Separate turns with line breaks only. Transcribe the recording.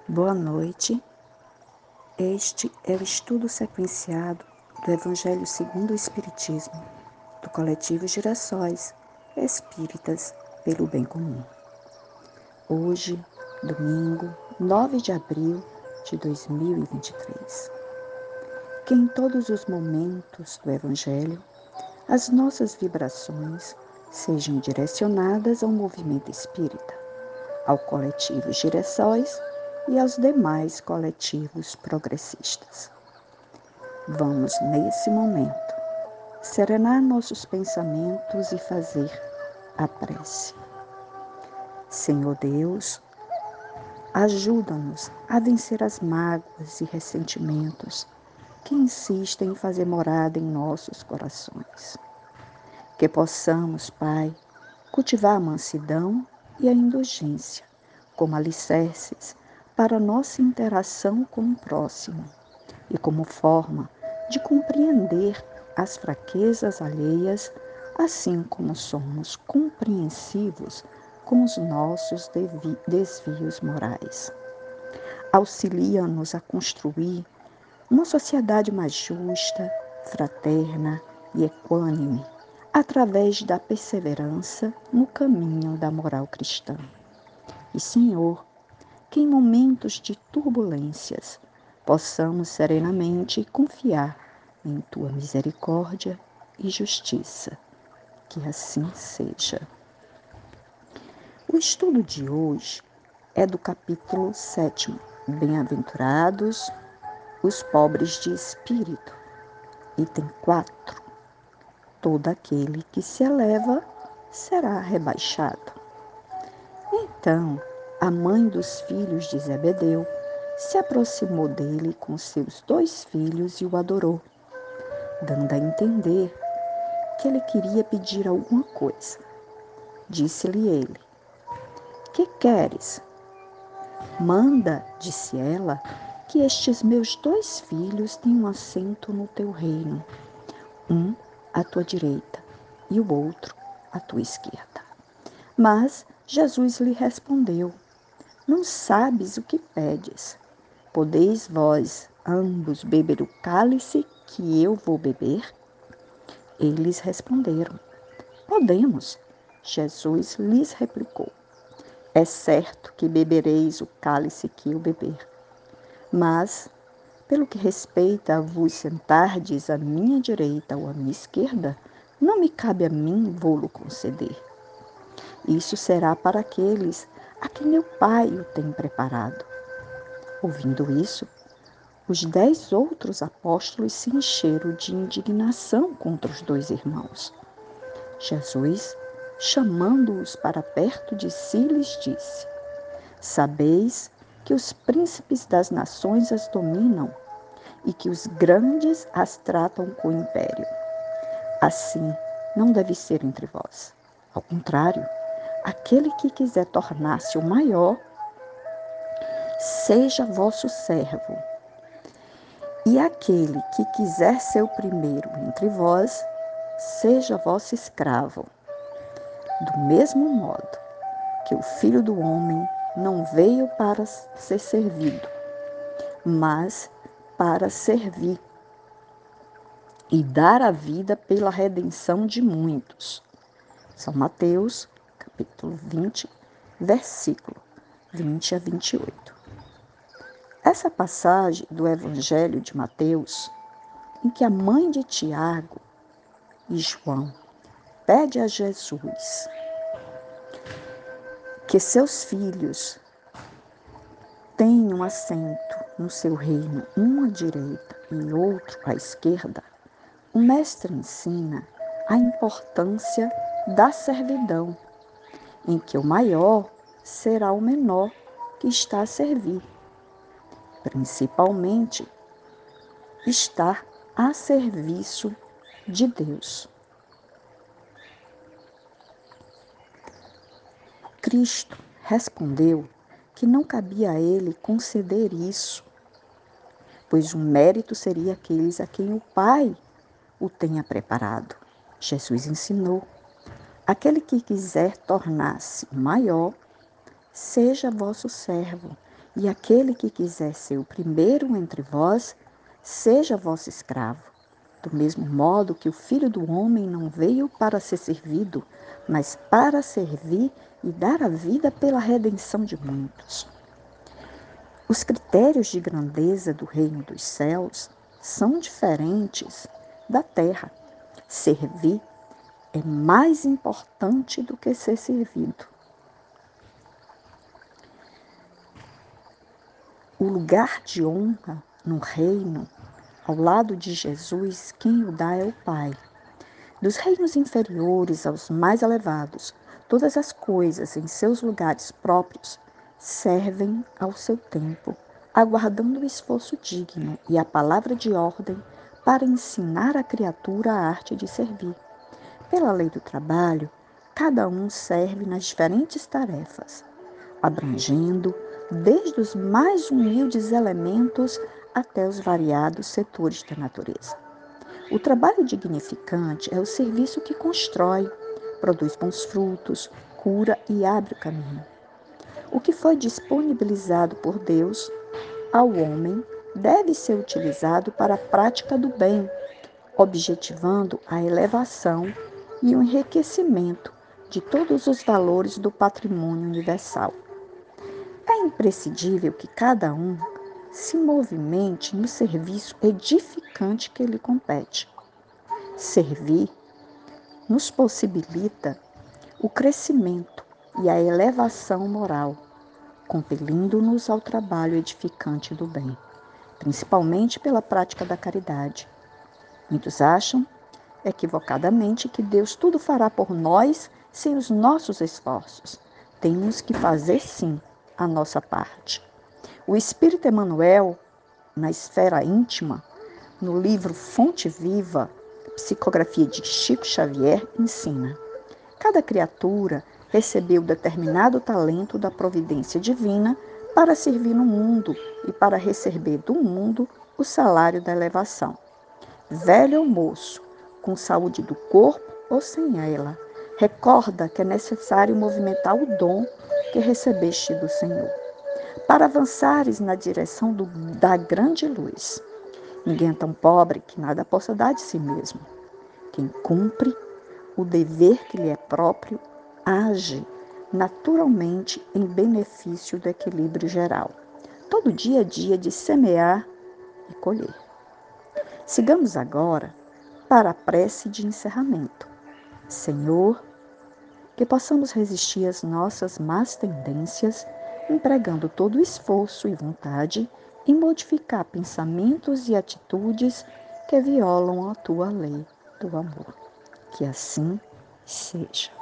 Boa noite. Este é o estudo sequenciado do Evangelho segundo o Espiritismo, do Coletivo Girassóis Espíritas pelo Bem Comum. Hoje, domingo, 9 de abril de 2023. Que em todos os momentos do Evangelho, as nossas vibrações sejam direcionadas ao movimento espírita, ao Coletivo Girassóis e aos demais coletivos progressistas. Vamos, nesse momento, serenar nossos pensamentos e fazer a prece. Senhor Deus, ajuda-nos a vencer as mágoas e ressentimentos que insistem em fazer morada em nossos corações. Que possamos, Pai, cultivar a mansidão e a indulgência como alicerces para a nossa interação com o próximo e como forma de compreender as fraquezas alheias, assim como somos compreensivos com os nossos desvios morais. Auxilia-nos a construir uma sociedade mais justa, fraterna e equânime, através da perseverança no caminho da moral cristã. E, Senhor, que em momentos de turbulências possamos serenamente confiar em Tua misericórdia e justiça. Que assim seja. O estudo de hoje é do capítulo 7, Bem-aventurados os pobres de espírito, item 4. Todo aquele que se eleva será rebaixado. Então, a mãe dos filhos de Zebedeu se aproximou dele com seus 2 filhos e o adorou, dando a entender que ele queria pedir alguma coisa. Disse-lhe ele: Que queres? Manda, disse ela, que estes meus 2 filhos tenham assento no teu reino, um à tua direita e o outro à tua esquerda. Mas Jesus lhe respondeu: Não sabes o que pedes. Podeis vós ambos beber o cálice que eu vou beber? Eles responderam: Podemos. Jesus lhes replicou: É certo que bebereis o cálice que eu beber. Mas, pelo que respeita a vos sentardes à minha direita ou à minha esquerda, não me cabe a mim vô-lo conceder. Isso será para aqueles a quem meu Pai o tem preparado. Ouvindo isso, os 10 outros apóstolos se encheram de indignação contra os 2 irmãos. Jesus, chamando-os para perto de si, lhes disse: Sabeis que os príncipes das nações as dominam e que os grandes as tratam com império. Assim, não deve ser entre vós. Ao contrário, aquele que quiser tornar-se o maior, seja vosso servo. E aquele que quiser ser o primeiro entre vós, seja vosso escravo. Do mesmo modo que o Filho do Homem não veio para ser servido, mas para servir e dar a vida pela redenção de muitos. São Mateus, capítulo 20, versículo 20 a 28. Essa passagem do Evangelho de Mateus, em que a mãe de Tiago e João pede a Jesus que seus filhos tenham assento no seu reino, um à direita e outro à esquerda, o mestre ensina a importância da servidão, em que o maior será o menor que está a servir, principalmente estar a serviço de Deus. Cristo respondeu que não cabia a ele conceder isso, pois o mérito seria aqueles a quem o Pai o tenha preparado. Jesus ensinou: aquele que quiser tornar-se maior, seja vosso servo, E aquele que quiser ser o primeiro entre vós, seja vosso escravo. Do mesmo modo que o Filho do Homem não veio para ser servido, mas para servir e dar a vida pela redenção de muitos. Os critérios de grandeza do reino dos céus são diferentes da terra. Servir é mais importante do que ser servido. O lugar de honra no reino, ao lado de Jesus, quem o dá é o Pai. Dos reinos inferiores aos mais elevados, todas as coisas em seus lugares próprios servem ao seu tempo, aguardando o esforço digno e a palavra de ordem para ensinar a criatura a arte de servir. Pela lei do trabalho, cada um serve nas diferentes tarefas, abrangendo desde os mais humildes elementos até os variados setores da natureza. O trabalho dignificante é o serviço que constrói, produz bons frutos, cura e abre o caminho. O que foi disponibilizado por Deus ao homem deve ser utilizado para a prática do bem, objetivando a elevação e o enriquecimento de todos os valores do patrimônio universal. É imprescindível que cada um se movimente no serviço edificante que lhe compete. Servir nos possibilita o crescimento e a elevação moral, compelindo-nos ao trabalho edificante do bem, principalmente pela prática da caridade. Muitos acham, equivocadamente, que Deus tudo fará por nós sem os nossos esforços. Temos que fazer, sim, a nossa parte. O Espírito Emmanuel, na esfera íntima, no livro Fonte Viva, Psicografia de Chico Xavier, ensina: cada criatura recebeu determinado talento da providência divina para servir no mundo e para receber do mundo o salário da elevação. Velho ou moço, com saúde do corpo ou sem ela, recorda que é necessário movimentar o dom que recebeste do Senhor, para avançares na direção da grande luz. Ninguém é tão pobre que nada possa dar de si mesmo. Quem cumpre o dever que lhe é próprio, age naturalmente em benefício do equilíbrio geral. Todo dia é dia de semear e colher. Sigamos agora para a prece de encerramento. Senhor, que possamos resistir às nossas más tendências, empregando todo o esforço e vontade em modificar pensamentos e atitudes que violam a tua lei do amor. Que assim seja.